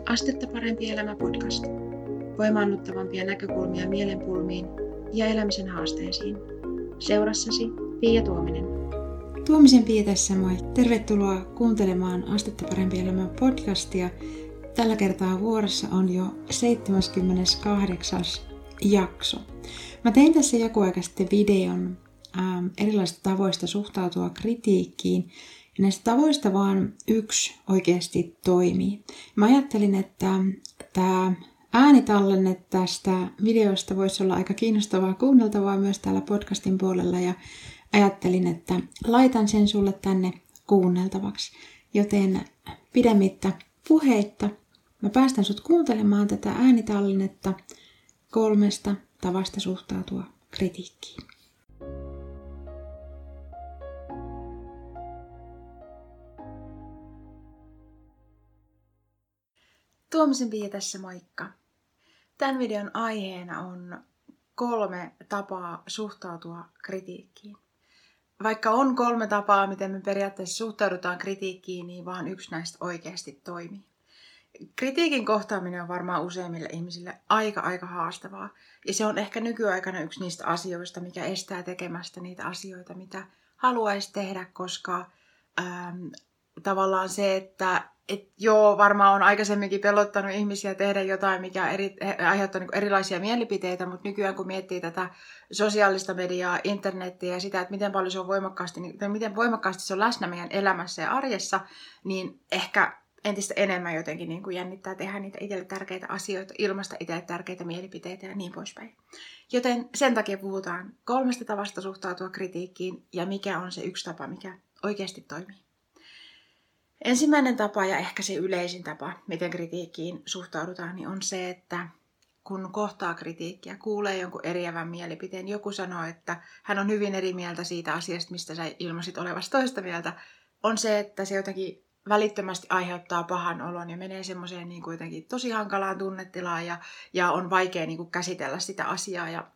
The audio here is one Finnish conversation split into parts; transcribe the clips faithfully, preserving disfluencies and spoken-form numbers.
Astetta parempi elämä podcast. Voimaannuttavampia näkökulmia mielenpulmiin ja elämisen haasteisiin. Seurassasi Pia Tuominen. Tuomisen Pia tässä moi. Tervetuloa kuuntelemaan Astetta parempi elämä podcastia. Tällä kertaa vuorossa on jo seitsemäskymmeneskahdeksas jakso. Mä tein tässä joku aika sitten videon ähm, erilaisista tavoista suhtautua kritiikkiin. Ja näistä tavoista vaan yksi oikeasti toimii. Mä ajattelin, että tämä äänitallenne tästä videosta voisi olla aika kiinnostavaa kuunneltavaa myös täällä podcastin puolella. Ja ajattelin, että laitan sen sulle tänne kuunneltavaksi. Joten pidemmittä puheitta mä päästän sut kuuntelemaan tätä äänitallennetta kolmesta tavasta suhtautua kritiikkiin. Tuomisen Pia tässä moikka. Tämän videon aiheena on kolme tapaa suhtautua kritiikkiin. Vaikka on kolme tapaa, miten me periaatteessa suhtaudutaan kritiikkiin, niin vaan yksi näistä oikeasti toimii. Kritiikin kohtaaminen on varmaan useimmille ihmisille aika aika haastavaa. Ja se on ehkä nykyaikana yksi niistä asioista, mikä estää tekemästä niitä asioita, mitä haluaisi tehdä, koska ähm, tavallaan se, että et joo, varmaan on aikaisemminkin pelottanut ihmisiä tehdä jotain, mikä eri, aiheuttaa niin erilaisia mielipiteitä, mutta nykyään kun miettii tätä sosiaalista mediaa, internetiä ja sitä, että miten paljon se on voimakkaasti, tai miten voimakkaasti se on läsnä meidän elämässä ja arjessa, niin ehkä entistä enemmän jotenkin niin kuin jännittää tehdä niitä itselle tärkeitä asioita, ilmaista itselle tärkeitä mielipiteitä ja niin poispäin. Joten sen takia puhutaan kolmesta tavasta suhtautua kritiikkiin ja mikä on se yksi tapa, mikä oikeasti toimii. Ensimmäinen tapa ja ehkä se yleisin tapa, miten kritiikkiin suhtaudutaan, niin on se, että kun kohtaa kritiikkiä, kuulee jonkun eriävän mielipiteen, joku sanoo, että hän on hyvin eri mieltä siitä asiasta, mistä sä ilmaisit olevasta toista mieltä, on se, että se jotenkin välittömästi aiheuttaa pahan olon ja menee semmoiseen niin kuin jotenkin tosi hankalaan tunnetilaan ja, ja on vaikea niin kuin käsitellä sitä asiaa. Ja,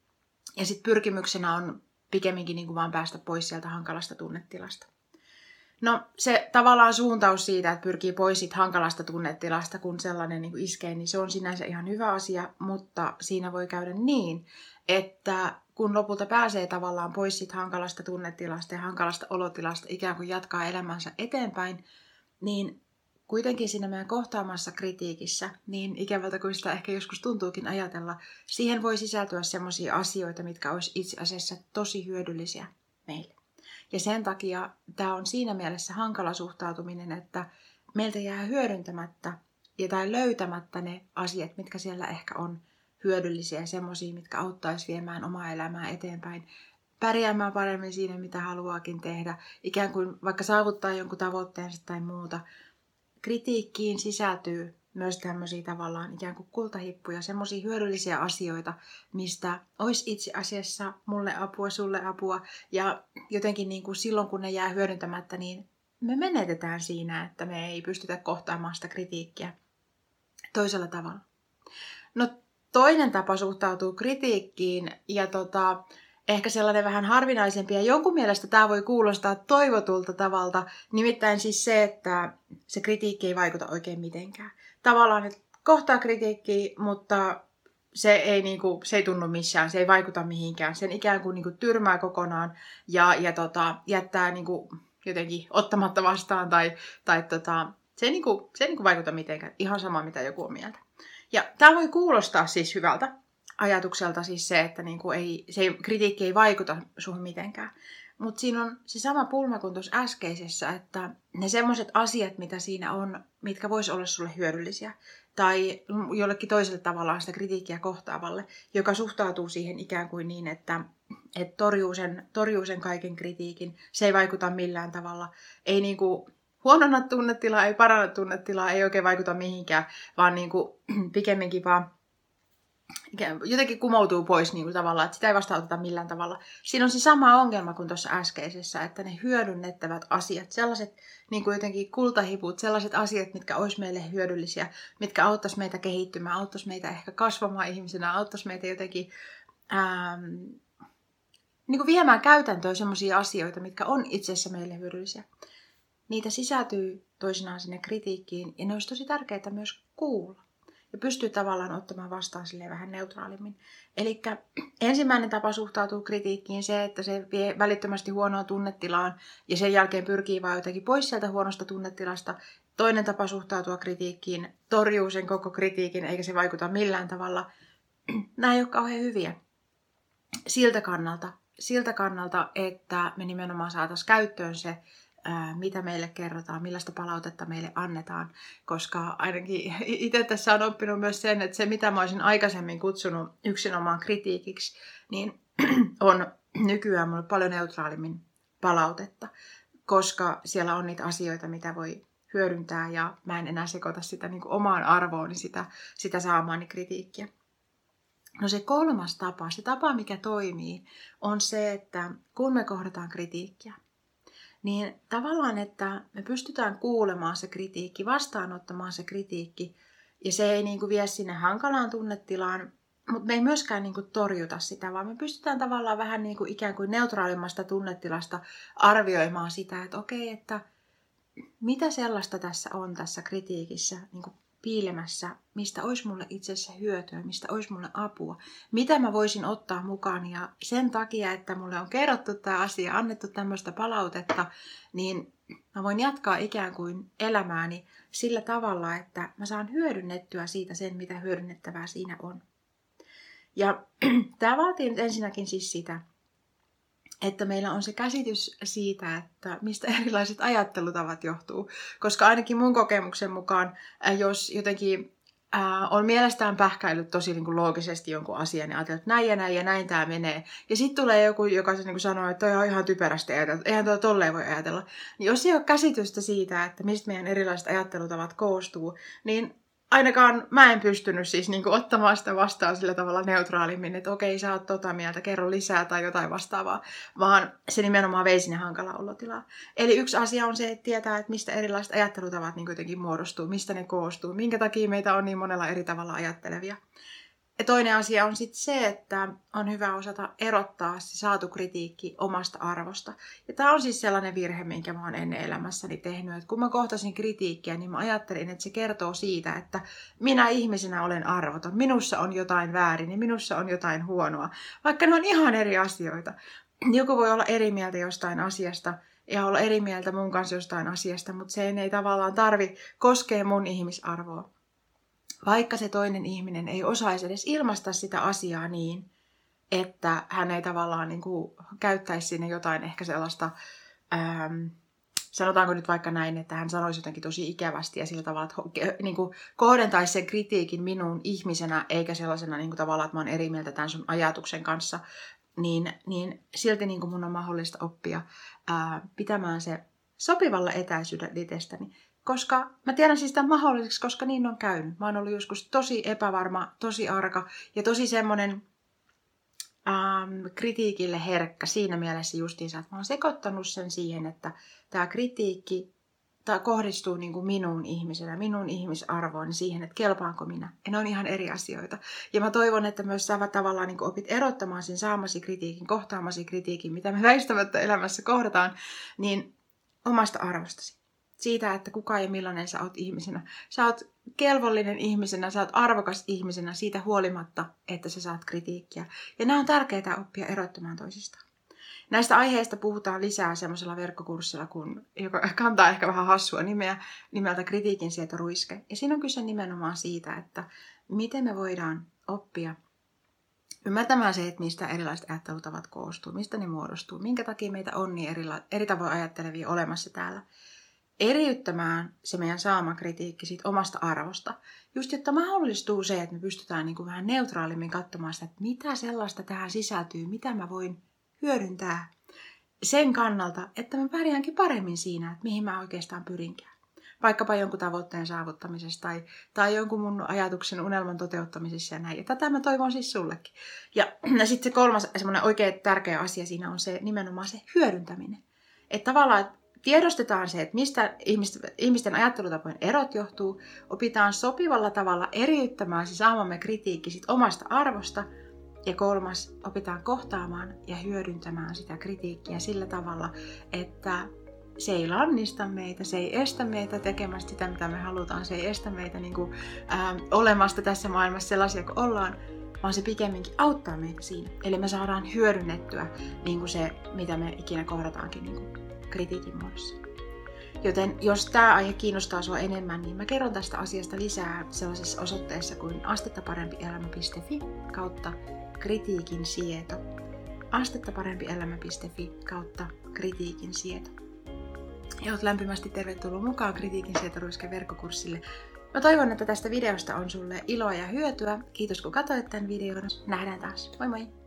ja sitten pyrkimyksenä on pikemminkin niin kuin vaan päästä pois sieltä hankalasta tunnetilasta. No se tavallaan suuntaus siitä, että pyrkii pois siitä hankalasta tunnetilasta, kun sellainen niin kuin iskee, niin se on sinänsä ihan hyvä asia, mutta siinä voi käydä niin, että kun lopulta pääsee tavallaan pois siitä hankalasta tunnetilasta ja hankalasta olotilasta, ikään kuin jatkaa elämänsä eteenpäin, niin kuitenkin siinä meidän kohtaamassa kritiikissä, niin ikävältä kuin sitä ehkä joskus tuntuukin ajatella, siihen voi sisältyä sellaisia asioita, mitkä olisi itse asiassa tosi hyödyllisiä meille. Ja sen takia tämä on siinä mielessä hankala suhtautuminen, että meiltä jää hyödyntämättä ja tai löytämättä ne asiat, mitkä siellä ehkä on hyödyllisiä, semmoisia, mitkä auttaisi viemään omaa elämää eteenpäin, pärjäämään paremmin siinä, mitä haluaakin tehdä, ikään kuin vaikka saavuttaa jonkun tavoitteensa tai muuta. Kritiikkiin sisältyy myös tämmöisiä tavallaan ikään kuin kultahippuja, semmoisia hyödyllisiä asioita, mistä olisi itse asiassa mulle apua, sulle apua. Ja jotenkin niin kuin silloin, kun ne jää hyödyntämättä, niin me menetetään siinä, että me ei pystytä kohtaamaan sitä kritiikkiä toisella tavalla. No toinen tapa suhtautuu kritiikkiin ja tota, ehkä sellainen vähän harvinaisempi ja jonkun mielestä tämä voi kuulostaa toivotulta tavalta, nimittäin siis se, että se kritiikki ei vaikuta oikein mitenkään. Tavallaan, että kohtaa kritiikkiä, mutta se ei, niinku, se ei tunnu missään, se ei vaikuta mihinkään. Sen ikään kuin niinku tyrmää kokonaan ja, ja tota, jättää niinku jotenkin ottamatta vastaan tai, tai tota, se ei, niinku, se ei niinku vaikuta mitenkään. Ihan sama, mitä joku on mieltä. Ja tämä voi kuulostaa siis hyvältä ajatukselta siis se, että niinku ei, se ei, kritiikki ei vaikuta suhun mitenkään. Mutta siinä on se sama pulma kuin tuossa äskeisessä, että ne semmoiset asiat, mitä siinä on, mitkä vois olla sulle hyödyllisiä, tai jollekin toiselle tavallaan sitä kritiikkiä kohtaavalle, joka suhtautuu siihen ikään kuin niin, että, että torjuu, sen, torjuu sen kaiken kritiikin, se ei vaikuta millään tavalla, ei niinku huononna tunnetilaa, ei paranna tunnetilaa, ei oikein vaikuta mihinkään, vaan niinku pikemminkin vaan jotenkin kumoutuu pois niin kuin tavallaan, että sitä ei vastaanoteta millään tavalla. Siinä on se sama ongelma kuin tuossa äskeisessä, että ne hyödynnettävät asiat, sellaiset niin kuin jotenkin kultahiput, sellaiset asiat, mitkä olisi meille hyödyllisiä, mitkä auttaisi meitä kehittymään, auttaisi meitä ehkä kasvamaan ihmisenä, auttaisi meitä jotenkin ähm, niin kuin viemään käytäntöön sellaisia asioita, mitkä on itse asiassa meille hyödyllisiä. niitä sisältyy toisinaan sinne kritiikkiin ja ne olisi tosi tärkeää myös kuulla. Ja pystyy tavallaan ottamaan vastaan silleen vähän neutraalimmin. Eli ensimmäinen tapa suhtautuu kritiikkiin se, että se vie välittömästi huonoon tunnetilaan ja sen jälkeen pyrkii vaan jotenkin pois sieltä huonosta tunnetilasta. Toinen tapa suhtautua kritiikkiin torjuu sen koko kritiikin eikä se vaikuta millään tavalla. Nämä ei ole kauhean hyviä siltä kannalta, siltä kannalta että me nimenomaan saataisiin käyttöön se, mitä meille kerrotaan, millaista palautetta meille annetaan, koska ainakin itse tässä on oppinut myös sen, että se mitä mä olisin aikaisemmin kutsunut yksinomaan kritiikiksi, niin on nykyään mulle paljon neutraalimmin palautetta, koska siellä on niitä asioita, mitä voi hyödyntää ja mä en enää sekoita sitä niin kuin omaan arvooni, sitä, sitä saamaani kritiikkiä. No se kolmas tapa, se tapa mikä toimii, on se, että kun me kohdataan kritiikkiä, niin tavallaan, että me pystytään kuulemaan se kritiikki, vastaanottamaan se kritiikki, ja se ei niin kuin vie sinne hankalaan tunnetilaan, mutta me ei myöskään niin kuin torjuta sitä, vaan me pystytään tavallaan vähän niin kuin ikään kuin neutraalimmasta tunnetilasta arvioimaan sitä, että okei, että mitä sellaista tässä on tässä kritiikissä niin kuin piilemässä, mistä olisi mulle itse asiassa hyötyä, mistä olisi mulle apua, mitä mä voisin ottaa mukaan. Ja sen takia, että mulle on kerrottu tämä asia, annettu tämmöistä palautetta, niin mä voin jatkaa ikään kuin elämääni sillä tavalla, että mä saan hyödynnettyä siitä sen, mitä hyödynnettävää siinä on. Ja tämä vaatii nyt ensinnäkin siis sitä, että meillä on se käsitys siitä, että mistä erilaiset ajattelutavat johtuu. Koska ainakin mun kokemuksen mukaan, jos jotenkin ää, on mielestään pähkäillyt tosi niin kuin loogisesti jonkun asian ja ajatellut, että näin ja näin ja näin tämä menee. Ja sitten tulee joku, joka niin kuin sanoo, että toi on ihan typerästi ajateltu, eihän tuo tolleen voi ajatella. Niin jos ei ole käsitystä siitä, että mistä meidän erilaiset ajattelutavat koostuu, niin ainakaan mä en pystynyt siis niin kuin ottamaan sitä vastaan sillä tavalla neutraalimmin, että okei, sä oot tota mieltä, kerro lisää tai jotain vastaavaa, vaan se nimenomaan vei sinne hankalaa olotilaa. Eli yksi asia on se, että tietää, että mistä erilaiset ajattelutavat niin jotenkin muodostuu, mistä ne koostuu, minkä takia meitä on niin monella eri tavalla ajattelevia. Ja toinen asia on sitten se, että on hyvä osata erottaa se saatu kritiikki omasta arvosta. Ja tämä on siis sellainen virhe, minkä mä oon ennen elämässäni tehnyt. Että kun mä kohtasin kritiikkiä, niin mä ajattelin, että se kertoo siitä, että minä ihmisenä olen arvoton. Minussa on jotain väärin ja minussa on jotain huonoa. Vaikka ne on ihan eri asioita. Joku voi olla eri mieltä jostain asiasta ja olla eri mieltä mun kanssa jostain asiasta, mutta se ei tavallaan tarvi koskea mun ihmisarvoa. Vaikka se toinen ihminen ei osaisi edes ilmaista sitä asiaa niin, että hän ei tavallaan niin kuin käyttäisi sinne jotain ehkä sellaista, ähm, sanotaanko nyt vaikka näin, että hän sanoisi jotenkin tosi ikävästi ja sillä tavalla, että niin kuin kohdentaisi sen kritiikin minuun ihmisenä, eikä sellaisena niin kuin tavallaan, että mä oon eri mieltä tämän sun ajatuksen kanssa, niin, niin silti niin kuin mun on mahdollista oppia äh, pitämään se sopivalla etäisyydellä itsestäni. Koska mä tiedän siis tämän mahdolliseksi, koska niin on käynyt. Mä oon ollut joskus tosi epävarma, tosi arka ja tosi semmoinen ähm, kritiikille herkkä siinä mielessä justiinsa, että mä oon sekoittanut sen siihen, että tämä kritiikki tää kohdistuu niin kuin minuun ihmisenä, minun ihmisarvoon siihen, että kelpaanko minä. Ja ne on ihan eri asioita. Ja mä toivon, että myös sä tavallaan niin kuin opit erottamaan sen saamasi kritiikin, kohtaamasi kritiikin, mitä me väistämättä elämässä kohdataan, niin omasta arvostasi. Siitä, että kuka ja millainen sä oot ihmisenä. Sä oot kelvollinen ihmisenä, sä oot arvokas ihmisenä siitä huolimatta, että sä saat kritiikkiä. Ja nämä on tärkeää oppia erottamaan toisistaan. Näistä aiheista puhutaan lisää semmoisella verkkokurssilla, kun, joka kantaa ehkä vähän hassua nimeä, nimeltä Kritiikin sietoruiske. Ja siinä on kyse nimenomaan siitä, että miten me voidaan oppia ymmärtämään se, että mistä erilaiset ajattelutavat koostuu, mistä ne muodostuu, minkä takia meitä on niin eri, eri tavoin ajattelevia olemassa täällä. Eriyttämään se meidän saama kritiikki siitä omasta arvosta, just jotta mahdollistuu se, että me pystytään niin kuin vähän neutraalimmin katsomaan sitä, että mitä sellaista tähän sisältyy, mitä mä voin hyödyntää sen kannalta, että mä pärjäänkin paremmin siinä, että mihin mä oikeastaan pyrinkään. Vaikkapa jonkun tavoitteen saavuttamisessa tai, tai jonkun mun ajatuksen unelman toteuttamisessa ja näin. Ja tätä mä toivon siis sullekin. Ja, ja sitten se kolmas semmoinen oikein tärkeä asia siinä on se nimenomaan se hyödyntäminen. Että tavallaan tiedostetaan se, että mistä ihmisten ajattelutapojen erot johtuu, opitaan sopivalla tavalla eriyttämään se saamamme kritiikki sit omasta arvosta, ja kolmas, opitaan kohtaamaan ja hyödyntämään sitä kritiikkiä sillä tavalla, että se ei lannista meitä, se ei estä meitä tekemästä sitä, mitä me halutaan, se ei estä meitä niin kuin, ää, olemasta tässä maailmassa sellaisia kuin ollaan, vaan se pikemminkin auttaa meitä siinä. Eli me saadaan hyödynnettyä niin kuin se, mitä me ikinä kohdataankin niin kuin kritiikin muodossa. Joten jos tämä aihe kiinnostaa sinua enemmän, niin mä kerron tästä asiasta lisää sellaisessa osoitteessa kuin astettaparempielämä piste fi kautta kritiikin sieto. astettaparempielämä piste fi kautta kritiikin sieto. Ja olet lämpimästi tervetullut mukaan Kritiikin sietoruiske verkkokurssille. Mä toivon, että tästä videosta on sulle iloa ja hyötyä. Kiitos kun katsoit tämän videon. Nähdään taas. Moi moi!